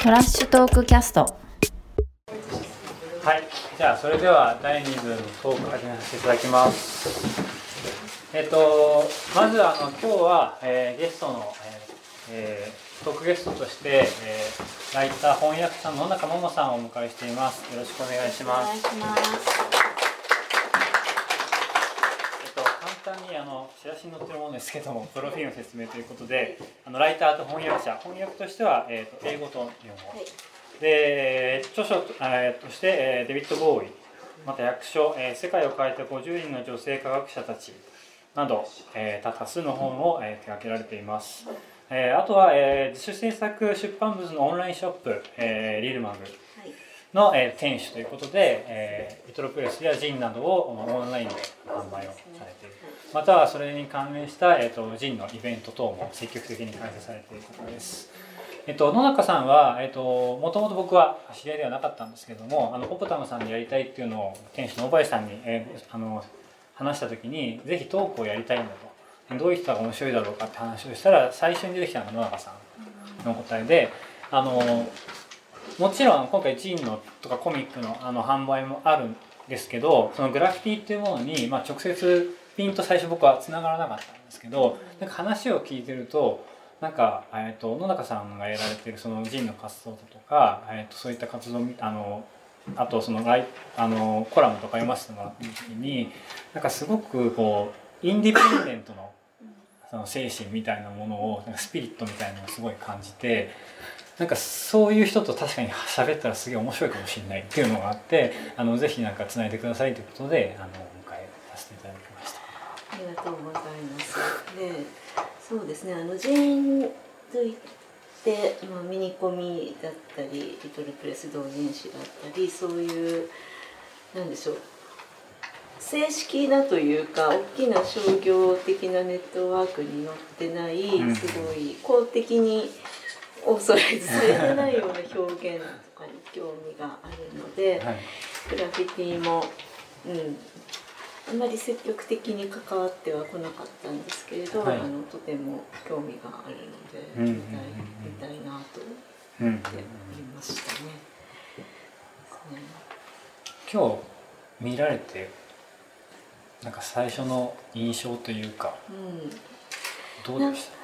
トラッシュトークキャスト。 はい、じゃあそれでは第2部のトーク始めさせていただきます。まず今日は、ゲストの、トークゲストとして、ライター翻訳者の野中桃さんをお迎えしています。よろしくお願いします。 お願いします。 簡単にチラシに載ってるものですけども、プロフィールの説明ということで、ライターと翻訳者、翻訳としては、英語と日本語、はい、で著書として、デビッド・ボーイ、また訳書、世界を変えた50人の女性科学者たちなど、多数の本を、手掛けられています。あとは、自主制作出版物のオンラインショップ、リルマグの、店主ということで、リトルプレスやジンなどをオンラインで販売をされている。またはそれに関連した、ジンのイベント等も積極的に開催されている方です。野中さんは、もともと僕は知り合いではなかったんですけども、ポポタムさんでやりたいっていうのを店主の小林さんに、話した時に、ぜひトークをやりたいんだと、どういう人が面白いだろうかって話をしたら、最初に出てきたのが野中さんの答えで、もちろん今回ジンのとかコミックの販売もあるんですけど、そのグラフィティっていうものに、直接ピンと最初僕は繋がらなかったんですけど、なんか話を聞いてると、なんか野中さんがやられているそのジンの活動とか、そういった活動あとそのコラムとか読ませてもらった時に、なんかすごくこうインディペンデントのその精神みたいなものを、なんかスピリットみたいなのをすごい感じて、なんかそういう人と確かに喋ったらすげえ面白いかもしれないっていうのがあって、ぜひなんかつないでくださいということでお迎えさせていただきました。 ありがとうございます。で、そうですね、ジーンといって、ミニコミだったりリトルプレス同人誌だったり、そういうなんでしょう、正式なというか大きな商業的なネットワークに載ってない、すごい公的にオーソライズされてないような表現とかに興味があるので、はい、グラフィティも、あまり積極的に関わっては来なかったんですけれど、はい、とても興味があるので、見たいなと思っておりましたね。 今日見られてなんか最初の印象というか、どうでした？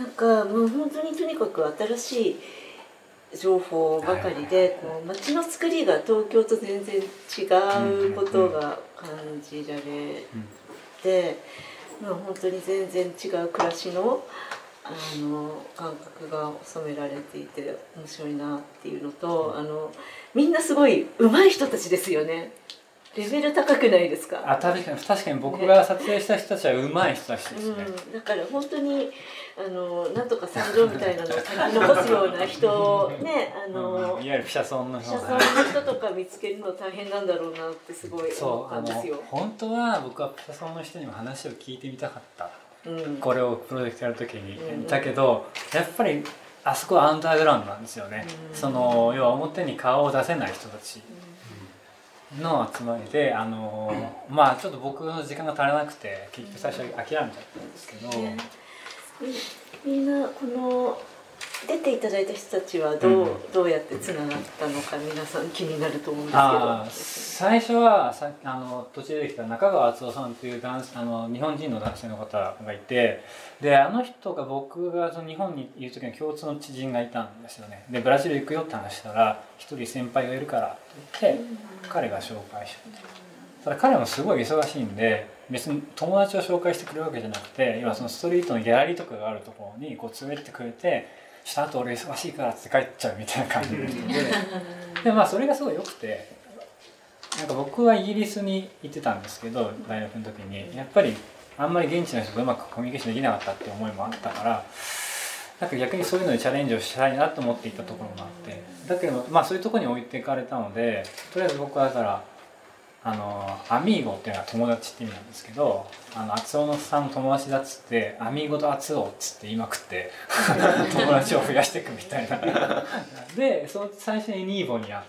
なんかもう本当にとにかく新しい情報ばかりで、こう街の作りが東京と全然違うことが感じられて、本当に全然違う暮らしの感覚が収められていて面白いなっていうのと、みんなすごい上手い人たちですよね。レベル高くないですか？ 確かに僕が撮影した人たちは上手い人たちですね。 だから本当になんとか参上みたいなのを書き残すような人ね、いわゆるピシャソンの人とか見つけるの大変なんだろうなってすごい思ったんですよ。 本当は僕はピシャソンの人にも話を聞いてみたかった、これをプロジェクトやるときに、だけどやっぱりあそこはアンダーグラウンドなんですよね。その要は表に顔を出せない人たちの集まりで、ちょっと僕の時間が足らなくて結局最初諦めちゃったんですけど、 みんなこの出ていただいた人たちはどうやってつながったのか皆さん気になると思うんですけど、 最初は途中で出てきた中川敦夫さんという日本人の男性の方がいて、で人が僕が日本にいる時に共通の知人がいたんですよね。でブラジル行くよって話したら、一人先輩がいるからって言って、彼が紹介して、ただ彼もすごい忙しいんで、別に友達を紹介してくれるわけじゃなくて、要はそのストリートのギャラリーとかがあるところにこう連れてってくれて、あと俺忙しいからって帰っちゃうみたいな感じで、それがすごい良くて、なんか僕はイギリスに行ってたんですけど、大学の時にやっぱりあんまり現地の人とうまくコミュニケーションできなかったって思いもあったから、なんか逆にそういうのにチャレンジをしたいなと思っていたところもあって、だけどそういうところに置いていかれたので、とりあえず僕はだからアミーゴっていうのは友達って意味なんですけど、厚尾さんの友達だっつってアミーゴと厚尾っつって言いまくって友達を増やしていくみたいなで、最初にエニーボに会って、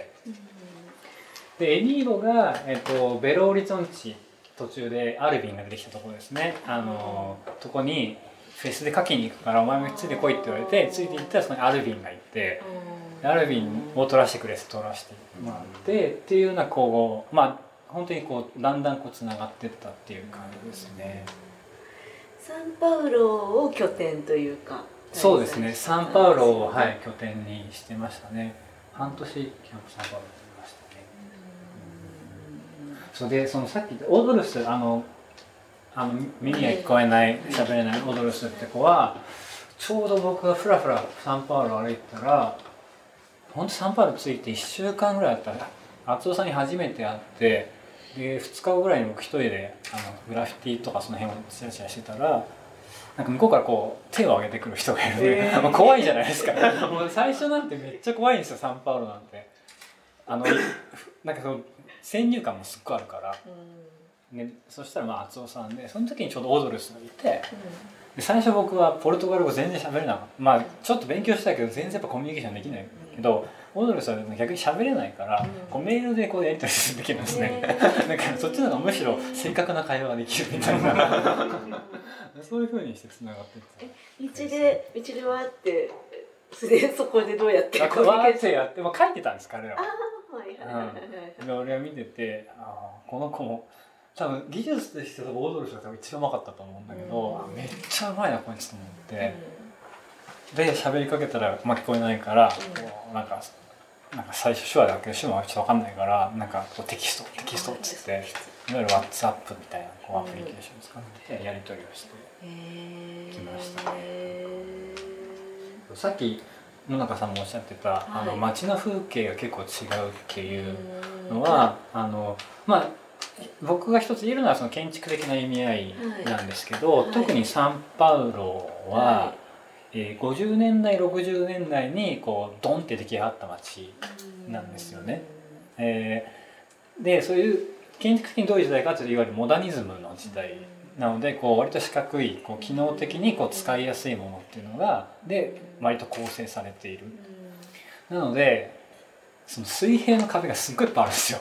でエニーボが、ベロオリゾンチ途中でアルビンが出てきたところですね。とこにフェスで書きに行くからお前もついてこいって言われて、ついて行ったらそこにアルビンがいて、 アルビンを撮らせてくれって撮らせてもらってっていうようなこうまあ本当にこうだんだんこうつながっていったっていう感じですね。 サンパウロを拠点というか。 そうですね、サンパウロを、はい、拠点にしてましたね。半年キャンプサンパウロにいましたね。それでそのさっきオードルス耳が聞こえない喋れないオードルスって子はちょうど僕がふらふらサンパウロ歩いてたら本当サンパウロ着いて1週間ぐらいだったら厚尾さんに初めて会ってで2日後ぐらいに僕一人でグラフィティとかその辺をチラチラしてたらなんか向こうからこう手を挙げてくる人がいるので、怖いじゃないですか。もう最初なんてめっちゃ怖いんですよサンパウロなんて。なんかその先入観もすっごいあるから、ね、そしたらまあ厚尾さんでその時にちょうどオードルスがいて、で最初僕はポルトガル語全然喋れなかった。まあちょっと勉強したけど全然やっぱコミュニケーションできないけど、オードルスは逆に喋れないから、こうメールでこうやり取りできるんですね。だからそっちの方がむしろ正確な会話ができるみたいなそういう風にしてつながっていって道ではってそこでどうやってコミュニケーションやって、まあ、書いてたんです彼らは。俺は見ててこの子も多分技術としてオードルスが多分一番うまかったと思うんだけど、めっちゃうまいなこいつと思って、で喋りかけたら、まあ、聞こえないから、こうなんか最初手話だけど手話はちょっと分かんないからなんかこうテキストって言っていわゆる WhatsApp みたいなこうアプリケーションを使ってやり取りをしてきましたね。さっき野中さんもおっしゃってた街の風景が結構違うっていうのはまあ僕が一つ言えるのはその建築的な意味合いなんですけど、特にサンパウロは、50年代60年代にこうドンって出来上がった街なんですよね。でそういう建築的にどういう時代かというといわゆるモダニズムの時代なのでこう割と四角いこう機能的にこう使いやすいものっていうのがで割と構成されている。なのでその水平の壁がすっごいいっぱいあるんですよ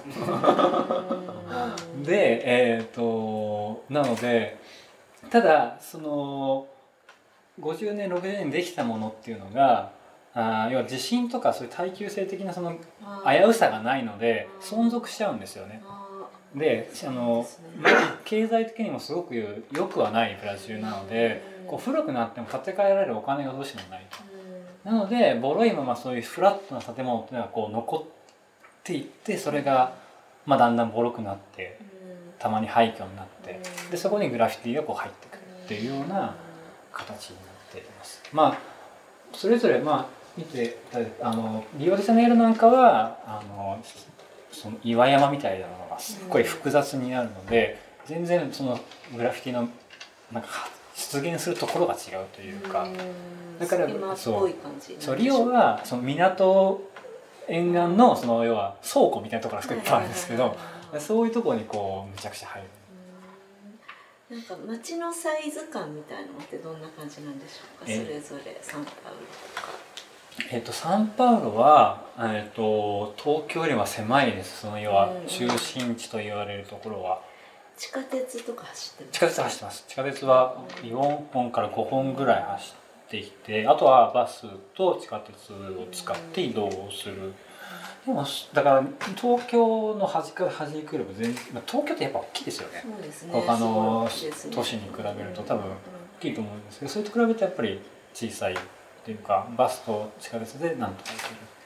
でなのでただその50年60年にできたものっていうのが要は地震とかそういう耐久性的なその危うさがないので存続しちゃうんですよね。で経済的にもすごく良くはないブラジルなのでこう古くなっても建て替えられるお金がどうしてもないと。なのでボロいままそういうフラットな建物っていうのがこう残っていってそれがまあだんだんボロくなってたまに廃墟になってでそこにグラフィティがこう入ってくるっていうような形になっています。まあそれぞれまあ見てリオデジャネイロなんかはその岩山みたいなのがすっごい複雑にあるので全然そのグラフィティのなんか出現するところが違うというかだからそうリオはその港沿岸のその要は倉庫みたいなところがいっぱいあるんですけどそういうところにこうむちゃくちゃ入る。 なんか街のサイズ感みたいなのってどんな感じなんでしょうかそれぞれサンパウロとか。 サンパウロは、東京よりは狭いです。その要は中心地と言われるところは。 地下鉄とか走ってます？ 地下鉄走ってます。地下鉄は4本から5本ぐらい走っていて、あとはバスと地下鉄を使って移動をする。でもだから東京の端から端に来れば全然東京ってやっぱ大きいですよね。 そうですね。 他の都市に比べると多分大きいと思うんですけど、それと比べてやっぱり小さいっていうかバスと地下鉄でなんとか行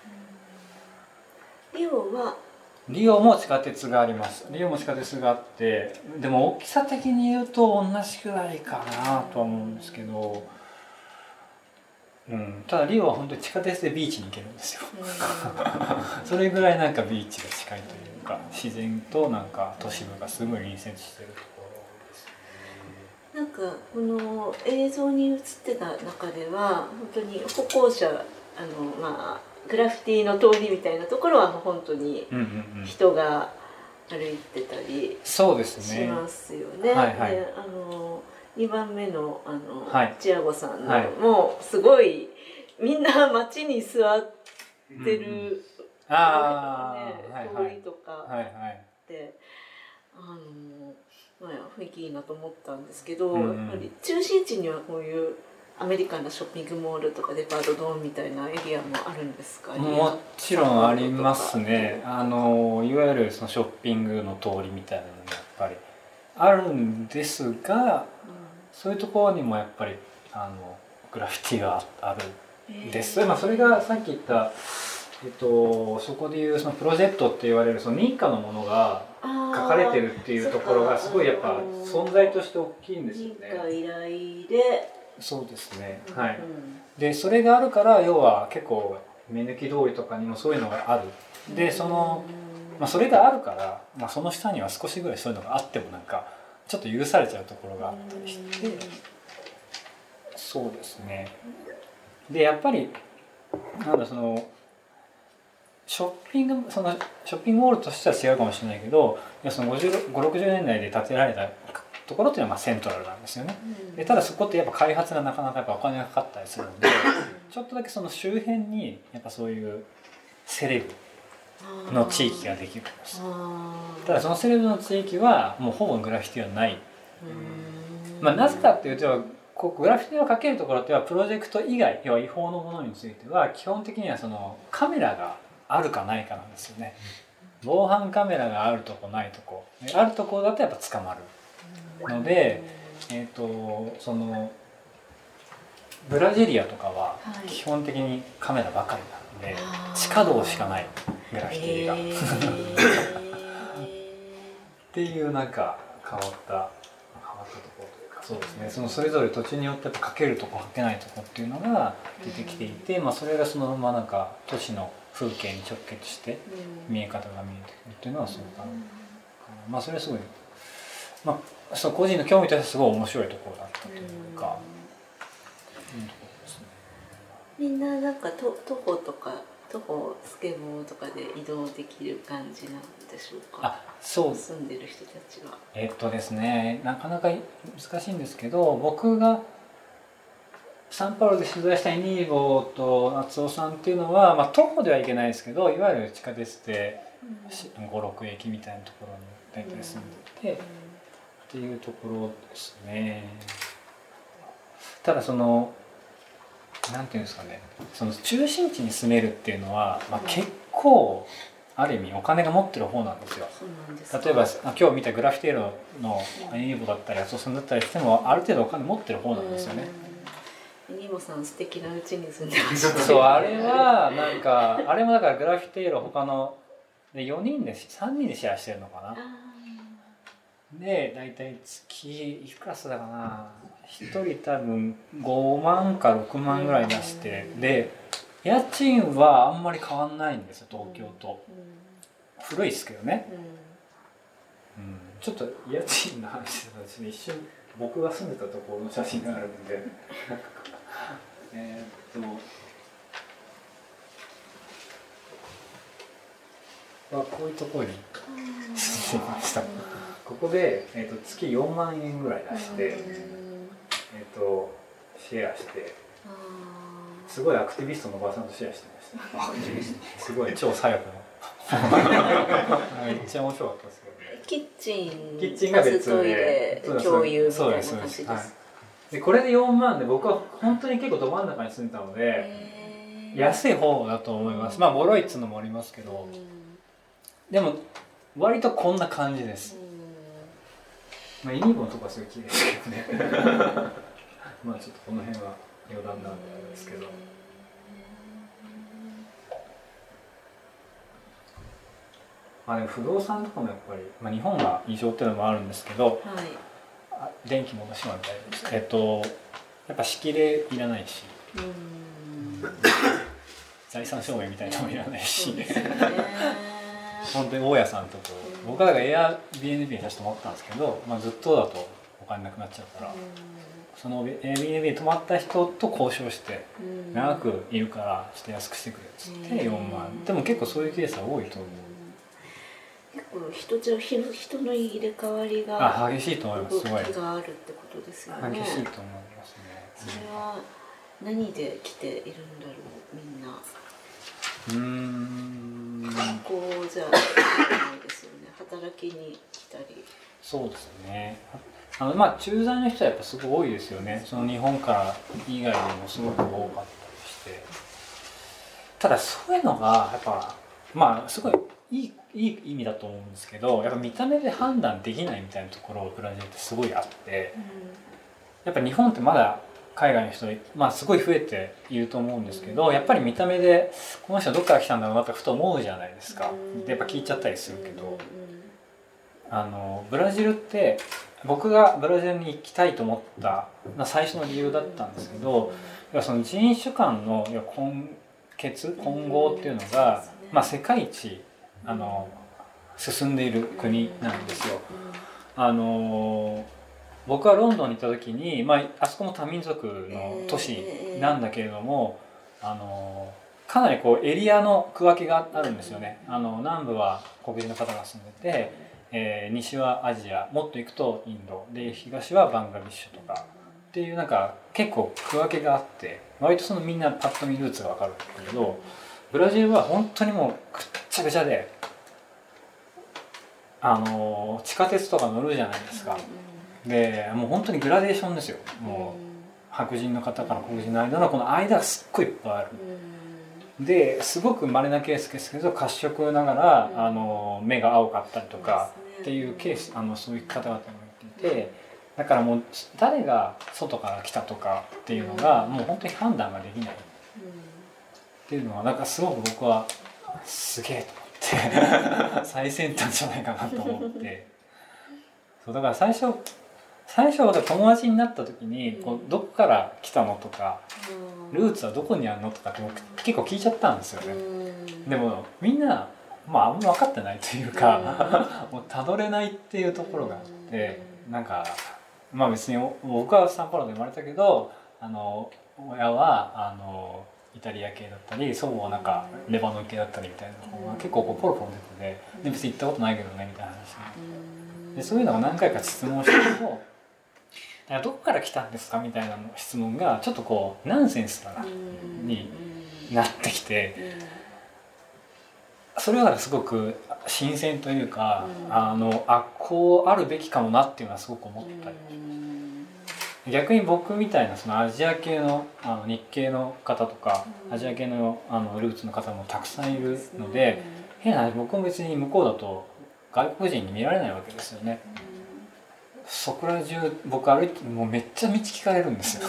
ける。 リオも地下鉄があります。リオも地下鉄があって、でも大きさ的に言うと同じくらいかなとは思うんですけど、ただリオは本当に地下鉄でビーチに行けるんですよそれぐらいなんかビーチが近いというか自然となんか都市部がすごい隣接してるところですね。 なんかこの映像に映ってた中では本当に歩行者グラフィティの通りみたいなところはもう本当に人が歩いてたりしますよね。2番目のチアゴさんのもうすごいみんな街に座ってる通りとかって雰囲気いいなと思ったんですけど、やっぱり中心地にはこういうアメリカンなショッピングモールとかデパートドーンみたいなエリアもあるんですか？ もちろんありますね。いわゆるそのショッピングの通りみたいなのもやっぱりあるんですが、そういうところにもやっぱりグラフィティがあるんです。それがさっき言った、そこでいうそのプロジェクトって言われるその認可のものが書かれてるっていうところがすごいやっぱ存在として大きいんですよね。 認可依頼で。そうですね。はい。でそれがあるから要は結構目抜き通りとかにもそういうのがある。でそれがあるから、その下には少しぐらいそういうのがあってもなんかちょっと許されちゃうところがあったりして、そうですね。でやっぱりショッピングモールとしては違うかもしれないけど、その50、60年代で建てられたところっていうのはセントラルなんですよね。でただそこってやっぱ開発がなかなかやっぱお金がかかったりするので、ちょっとだけその周辺にやっぱそういうセレブの地域ができるんです。ただそのセレブの地域はもうほぼグラフィティはない。なぜかっていうとグラフィティをかけるところってはプロジェクト以外、要は違法のものについては基本的にはそのカメラがあるかないかなんですよね。防犯カメラがあるとこないとこ、あるとこだとやっぱ捕まるので、そのブラジリアとかは基本的にカメラばかりなんで、地下道しかないグラフィティがっていうなんか変わったところというか、そうですね、それぞれ土地によってやっぱかけるとこかけないとこっていうのが出てきていて、それがそのままなんか都市の風景に直結して見え方が見えてくるっていうのはすごくある。それはすごい、そう個人の興味としてはすごい面白いところだったというか、 みんななんか徒歩スケボーとかで移動できる感じなんでしょうか？そう住んでる人たちは。 ですね、なかなか難しいんですけど、僕がサンパウロで取材したイニーボと夏夫さんっていうのは、徒歩では行けないですけど、いわゆる地下鉄で5、6駅みたいなところに大体住んでいて、っていうところですね。ただなんていうんですかね、その中心地に住めるっていうのは、結構ある意味お金が持ってる方なんですよ。例えば今日見たグラフィティロのイニーボだったり夏夫さんだったりしてもある程度お金持ってる方なんですよね。 ニモさん素敵な家に住んでましたね。 そう、あれはなんかあれもだからグラフィティロ他ので3人でシェアしてるのかな。で大体月いくらすだかな、1人多分5万か6万ぐらい出して、で家賃はあんまり変わんないんですよ、東京と。古いですけどね。ちょっと家賃の話で私一瞬僕が住んでたところの写真があるんでこういうところに住んでいました。ここで、月4万円ぐらい出して、シェアして、すごいアクティビストのおばさんとシェアしてました。すごい超左翼のめっちゃ面白かったですけどね。 キッチンが別トイレ共有みたいな感じです。 でこれで4万で僕は本当に結構ど真ん中に住んでたので安い方だと思います。ボロいっつうのもありますけど、でも割とこんな感じです。イニーボのとこはすごい綺麗ですけどねちょっとこの辺は余談なんですけど、でも不動産とかもやっぱり、日本が異常っていうのもあるんですけど、電気もしまみたいです。やっぱ仕切れいらないし、財産証明みたいなのもいらないし、本当に大家さんとこ僕はだから Airbnb にさせてもらったんですけど、ずっとだとお金なくなっちゃうから、その Airbnb に泊まった人と交渉して長くいるからちょっと安くしてくれっつって4万。でも結構そういうケースは多いと思う。 結構人の入れ替わりが激しいと思います。すごい動きがあるってことですよね。 激しいと思いますね。 それは何で来ているんだろう、みんな。学校じゃないですよね。働きに来たり。 そうですね。 まあ駐在の人はやっぱすごい多いですよね。その日本から以外でもすごく多かったりして、ただそういうのがやっぱまあすごいいい意味だと思うんですけど、やっぱ見た目で判断できないみたいなところブラジルってすごいあって、やっぱ日本ってまだ海外の人、まあ、すごい増えていると思うんですけど、やっぱり見た目でこの人どっから来たんだろうなってふと思うじゃないですか。でやっぱ聞いちゃったりするけど、ブラジルって僕がブラジルに行きたいと思った最初の理由だったんですけど、その人種間の混合っていうのが、まあ、世界一進んでいる国なんですよ。僕はロンドンに行った時に、まあ、あそこも多民族の都市なんだけれども、かなりこうエリアの区分けがあるんですよね。南部は黒人の方が住んでて、西はアジア、もっと行くとインドで、東はバングラディッシュとかっていうなんか結構区分けがあって、割とそのみんなパッと見ルーツが分かるんだけど、ブラジルは本当にもうくっちゃくちゃで、地下鉄とか乗るじゃないですか。でもう本当にグラデーションですよ。もう白人の方から黒人の間のこの間がすっごいいっぱいある。ですごく稀なケースですけど、褐色ながら目が青かったりとかっていうケース、そういう方々もいて、だからもう誰が外から来たとかっていうのがもう本当に判断ができないっていうのは、なんかすごく僕はすげえと思って最先端じゃないかなと思って、そうだから最初友達になった時にこうどこから来たのとか、ルーツはどこにあるのとかって僕結構聞いちゃったんですよね。でもみんな、まあ、あんま分かってないというかもうたどれないっていうところがあって、なんかまあ別に僕はサンパウロで生まれたけど、親はイタリア系だったり、祖母はなんかレバノン系だったりみたいなのが結構こうポロポロ出てて、で別に行ったことないけどねみたいな話で、そういうのが何回か質問してるとどこから来たんですかみたいな質問がちょっとこうナンセンスだなになってきて、それはすごく新鮮というか、こうあるべきかもなっていうのはすごく思ったり、逆に僕みたいなそのアジア系の日系の方とかアジア系のルーツの方もたくさんいるので、変な話、僕も別に向こうだと外国人に見られないわけですよね。そこら中僕歩いてもうめっちゃ道聞かれるんですよ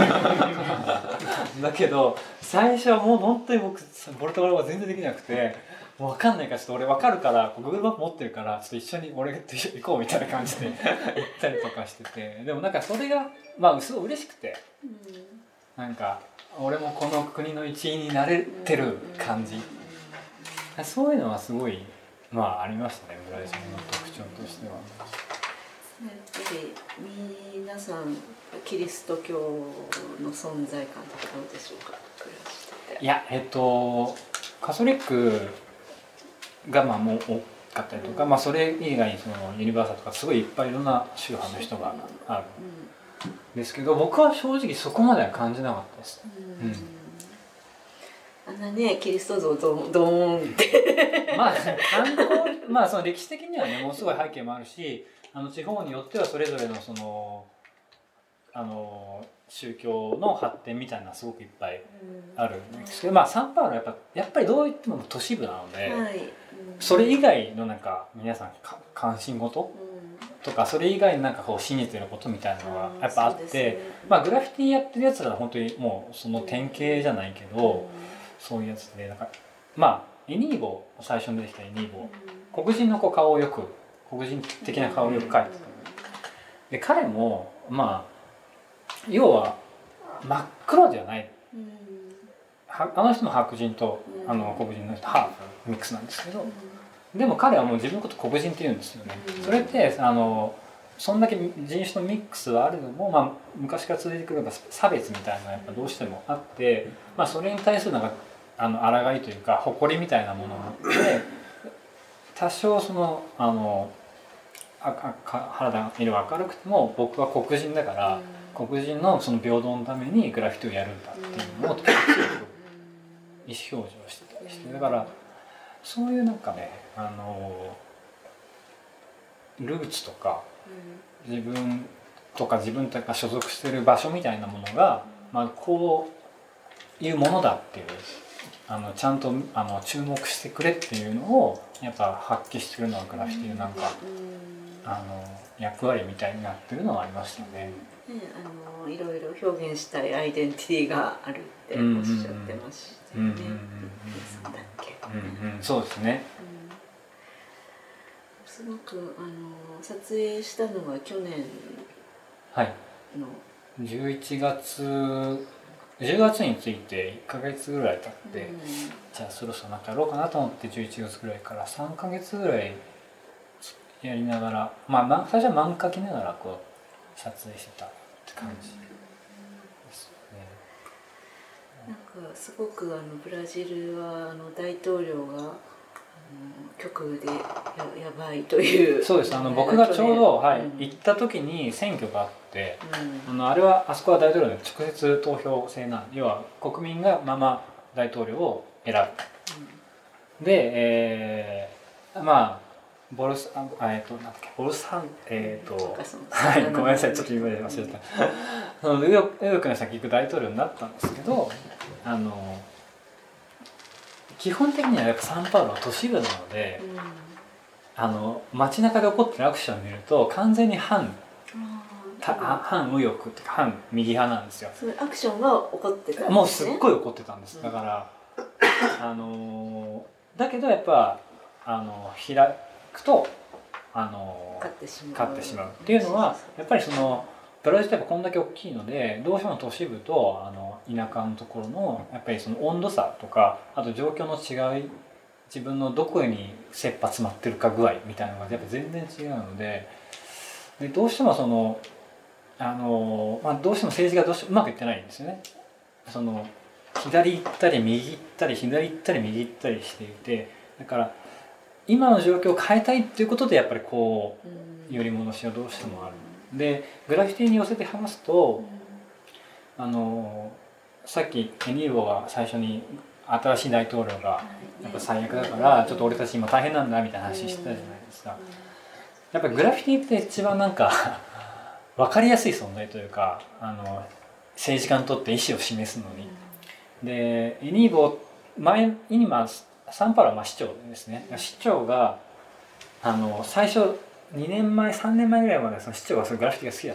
だけど最初はもう本当に僕ポルトガル語全然できなくて、もう分かんないからちょっと俺分かるから Google マップ持ってるからちょっと一緒に俺と一緒に行こうみたいな感じで行ったりとかしてて、でもなんかそれがまあすごい嬉しくて、なんか俺もこの国の一員になれてる感じ、そういうのはすごいまあありましたね、ブラジルの特徴としては。 やっぱり皆さんキリスト教の存在感とかどうでしょうか、暮らしてて。 いやカトリックがまあもう多かったりとか、まあ、それ以外にそのユニバーサルとかすごいいっぱいいろんな宗派の人があるんですけど、僕は正直そこまでは感じなかったです。 あんなねキリスト像ドーンってまあまあその歴史的にはねもうすごい背景もあるし、地方によってはそれぞれのその宗教の発展みたいなのはすごくいっぱいあるんですけど、まあサンパウロはやっぱりどう言っても都市部なので、それ以外のなんか皆さん関心事とかそれ以外のなんかこう信じてることみたいなのがやっぱあって、まあグラフィティやってるやつらは本当にもうその典型じゃないけど、そういうやつでなんかまあエニーボ、最初に出てきたエニーボ、黒人の顔をよく黒人的な顔をよく描いてた。で彼もまあ要は真っ黒ではない、あの人も白人と黒人の人ハーフミックスなんですけど、でも彼はもう自分のこと黒人って言うんですよね。それってそんだけ人種のミックスはあるのも、まあ、昔から続いてくる差別みたいなのがやっぱどうしてもあって、まあ、それに対するなんか抗いというか誇りみたいなものがあって、多少その肌色が明るくても僕は黒人だから、黒人のその平等のためにグラフィティをやるんだっていうのを結構強く意思表示をしてたりして、だからそういうなんかねルーツとか自分とか自分が所属している場所みたいなものが、まあ、こういうものだっていうちゃんと注目してくれっていうのをやっぱ発揮してるのはグラフィティのなんか役割みたいになってるのはありましたね。 いろいろ表現したいアイデンティティがあるっておっしゃってましたよね。そうだっけ。 そうですね。 すごく撮影したのは去年の 11月10月について1ヶ月ぐらい経って、じゃあそろそろなんかやろうかなと思って11月ぐらいから3ヶ月ぐらいやりながら、最初は漫画描きながらこう撮影してたって感じですね。 なんかすごくブラジルは大統領が極右で やばいという。 そうです。僕がちょうど、行った時に選挙があって、あそこは大統領の直接投票制なんで、要は国民が大統領を選ぶ。で、ボルサンはいごめんなさいちょっと今忘れた右翼の先行く大統領になったんですけど、基本的にはやっぱサンパウロは都市部なので、街中で起こってるアクションを見ると完全に反右翼っていうか反右派なんですよ。 そのアクションが起こってたんですね。 もうすっごい起こってたんです。だからだけどやっぱ開くと勝ってしまうっていうのはやっぱりブラジルってこんだけ大きいので、どうしても都市部と田舎のところのやっぱりその温度差とか、あと状況の違い、自分のどこに切羽詰まってるか具合みたいなのがやっぱ全然違うので、どうしてもどうしても政治がうまくいってないんですよね。左行ったり右行ったり左行ったり右行ったりしていて、だから今の状況を変えたいっていうことでやっぱりこう寄り戻しがどうしてもある。でグラフィティに寄せて話すと、さっきエニーボが最初に新しい大統領がやっぱ最悪だからちょっと俺たち今大変なんだみたいな話してたじゃないですか。やっぱりグラフィティって一番なんか分かりやすい存在というか、政治家にとって意思を示すのに。でエニーボ前にサンパウロは市長ですね。市長が最初2年前3年前ぐらいまでその市長がそのグラフィティが好きだった。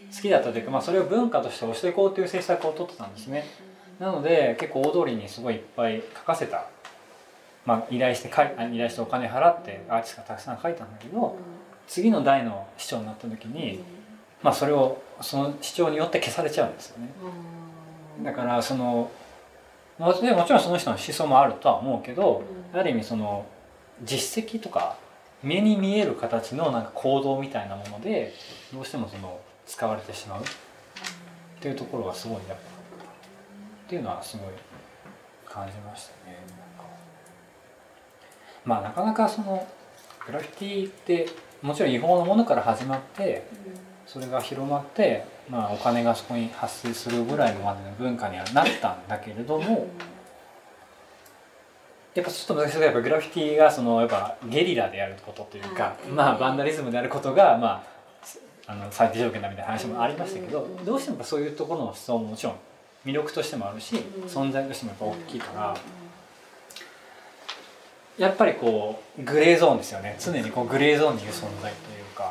好きだったというか、それを文化として推していこうという政策を取ってたんですね。なので結構大通りにすごいいっぱい書かせた、依頼してお金払ってアーティストがたくさん書いたんだけど、次の代の市長になった時に、それをその市長によって消されちゃうんですよね。だからもちろんその人の思想もあるとは思うけど、ある意味実績とか目に見える形のなんか行動みたいなものでどうしても使われてしまうっていうところがすごいやっぱっていうのはすごい感じましたね。なかなかグラフィティってもちろん違法のものから始まってそれが広まってお金がそこに発生するぐらいのまでの文化にはなったんだけれども、やっぱちょっと難しいやっぱグラフィティがやっぱゲリラでやることというか、バンダリズムであることが最低条件だみたいな話もありましたけど、どうしてもそういうところの思想ももちろん魅力としてもあるし、存在としてもやっぱ大きいから、やっぱりこうグレーゾーンですよね。常にこうグレーゾーンにいる存在というか。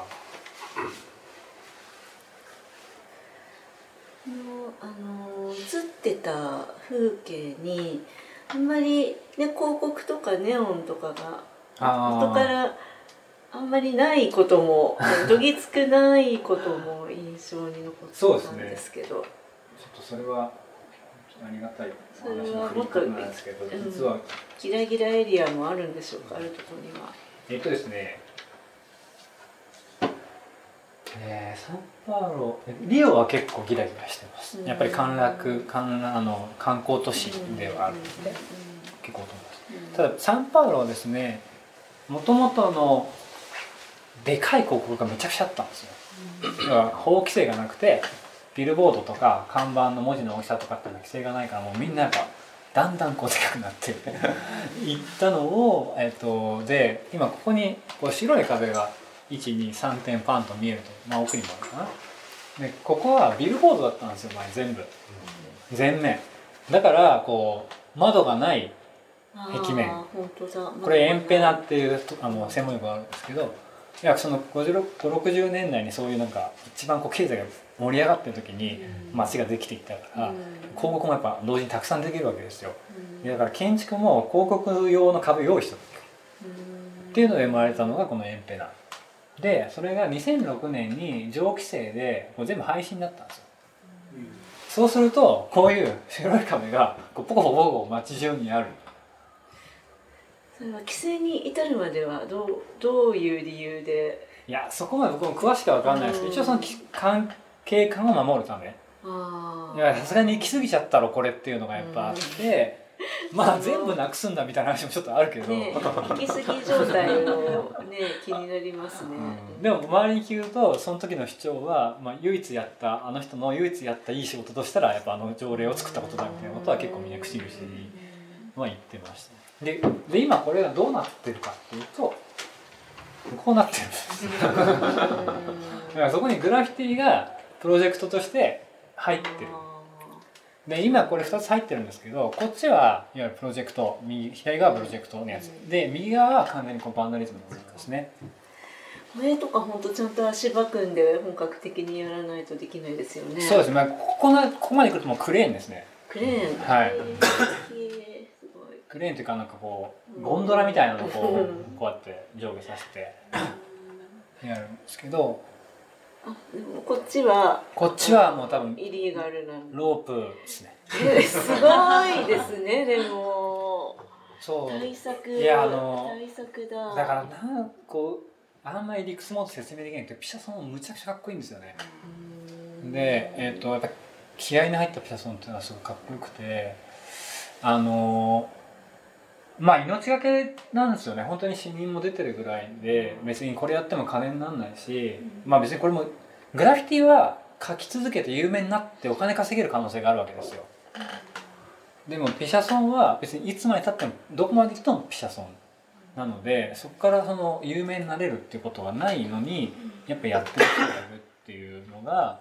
映ってた風景にあんまり、ね、広告とかネオンとかが後からあんまりないこともどぎつくないことも印象に残ってたんですけど、 そうですね、ちょっとそれはありがたい話の振り方なんですけど、実はギラギラエリアもあるんでしょうか、あるところには。 ですね、サンパウロ、リオは結構ギラギラしてます。やっぱり観光都市ではあるので結構思います。ただサンパウロはですね、もともとのでかい広告がめちゃくちゃあったんですよ。だから法規制がなくて、ビルボードとか看板の文字の大きさとかっていうの規制がないから、もうみんなやっぱだんだんこうでかくなっていったのをで今ここにこう白い壁が 123点パンと見えると、まあ、奥にもあるかな。でここはビルボードだったんですよ前全部、全面だからこう窓がない壁面、 本当だ、 これエンペナっていう専門用語があるんですけど、いやその5060年代にそういうなんか一番こう経済が盛り上がってる時に街ができていったから、広告もやっぱ同時にたくさんできるわけですよ。だから建築も広告用の壁を用意しておくっていうので生まれたのがこのエンペナで、それが2006年に上規制でこう全部廃止になったんですよ。そうするとこういう白い壁がこうポコポコポコ街中にある。 それは規制に至るまではどういう理由で？ いやそこまで僕も詳しくは分かんないですけど、一応その関係感を守るため。いやさすがに行き過ぎちゃったろこれっていうのがやっぱあって、まあ全部なくすんだみたいな話もちょっとあるけど、 ね、行き過ぎ状態もね気になりますね、 でも周りに聞くとその時の主張は、まあ、唯一やったあの人の唯一やったいい仕事としたらやっぱあの条例を作ったことだみたいなことは結構みんな口々には言ってました。で今これがどうなってるかっていうとこうなってるんですだからそこにグラフィティがプロジェクトとして入ってる。で今これ2つ入ってるんですけど、こっちはいわゆるプロジェクト、左側はプロジェクトのやつで、右側は完全にこうバンダリズムの部分ですね。 これとか本当ちゃんと足場組んで本格的にやらないとできないですよね。 そうですね、まあ、ここまで来るともうクレーンですね。 クレーン、 はい、 すごい。 クレーンというかなんかこうゴンドラみたいなのをこうやって上下させてやるんですけど、 でもこっちはもう多分イリーガルなロープですね。 すごいですね。でもそう対策、 いや対策だ。 だからこうあんまり理屈もって説明できないけど、ピシャソンもむちゃくちゃかっこいいんですよね。でやっぱ気合いに入ったピシャソンっていうのはすごいかっこよくて、まあ命がけなんですよね。本当に死人も出てるぐらいで、別にこれやっても金にならないし、まあ別にこれもグラフィティは描き続けて有名になってお金稼げる可能性があるわけですよ。でもピシャソンは別にいつまでたってもどこまで行ってもピシャソンなので、そこからその有名になれるっていうことはないのにやっぱやってる人がいるっていうのが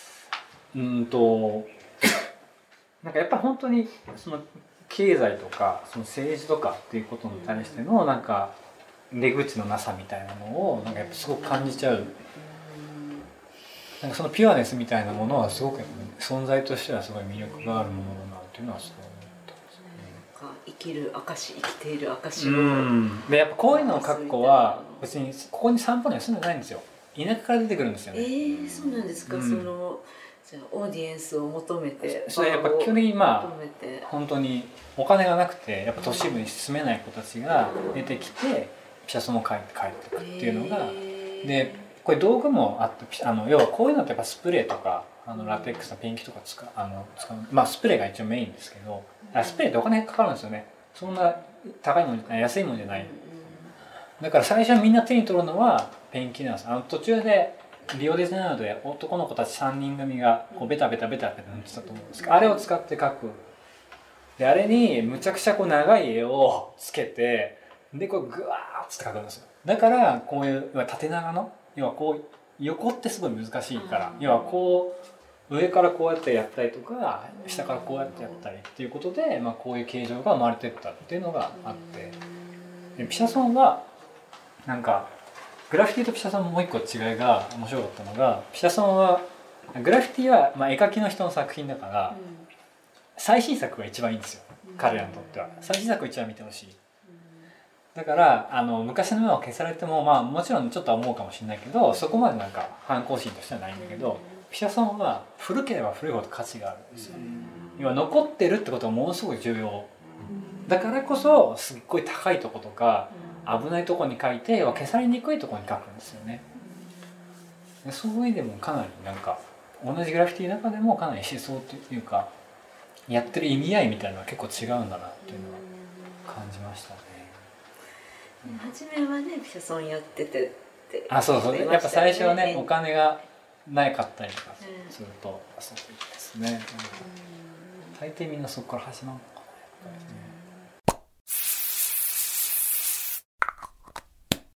なんかやっぱ本当にその経済とかその政治とかっていうことに対してのなんか出口のなさみたいなのをなんかやっぱすごく感じちゃう。なんかそのピュアネスみたいなものはすごく存在としてはすごい魅力があるものだなっていうのはすごい思ったんですね。 なんか生きる証、生きている証を。 でやっぱこういうのを書く子は別にここに散歩には住んでないんですよ。田舎から出てくるんですよね。 そうなんですか。そのじゃあオーディエンスを求めて、 それやっぱ基本的にまあ本当にお金がなくてやっぱ都市部に住めない子たちが出てきてピシャソンを書いて帰ってくるっていうのが、でこれ道具もあって要はこういうのってやっぱスプレーとかラテックスのペンキとか使うまあスプレーが一応メインですけど、スプレーってお金かかるんですよね。そんな高いもん安いもんじゃない。だから最初はみんな手に取るのはペンキなんです。途中でリオデジャネイロで男の子たち3人組がこうベタベタベタベタ塗ってたと思うんですけど、あれを使って描く。であれにむちゃくちゃこう長い絵をつけて、でこうグワーッて描くんですよ。だからこういう縦長の要はこう横ってすごい難しいから、要はこう上からこうやってやったりとか下からこうやってやったりっていうことで、まあ、こういう形状が生まれてったっていうのがあって、でピシャソンはなんかグラフィティとピシャソンもう一個違いが面白かったのが、ピシャソンはグラフィティはまあ絵描きの人の作品だから、最新作が一番いいんですよ、彼らにとっては。最新作を一番見てほしい。だから昔のものを消されても、まあもちろんちょっとは思うかもしれないけど、そこまでなんか反抗心としてはないんだけど、ピシャソンは古ければ古いほど価値があるんですよ。要は残ってるってことがものすごい重要だからこそ、すっごい高いとことか危ないとこに描いて、要は消されにくいとこに描くんですよね。そういう意味でもかなりなんか同じグラフィティの中でもかなり思想というかやってる意味合いみたいなのは結構違うんだなっていうのは感じましたね。 初めはねピシャソンやっててってそうそう、やっぱ最初はねお金がないかったりとかすると、そうですね、大抵みんなそこから始まるのかなやっぱりね。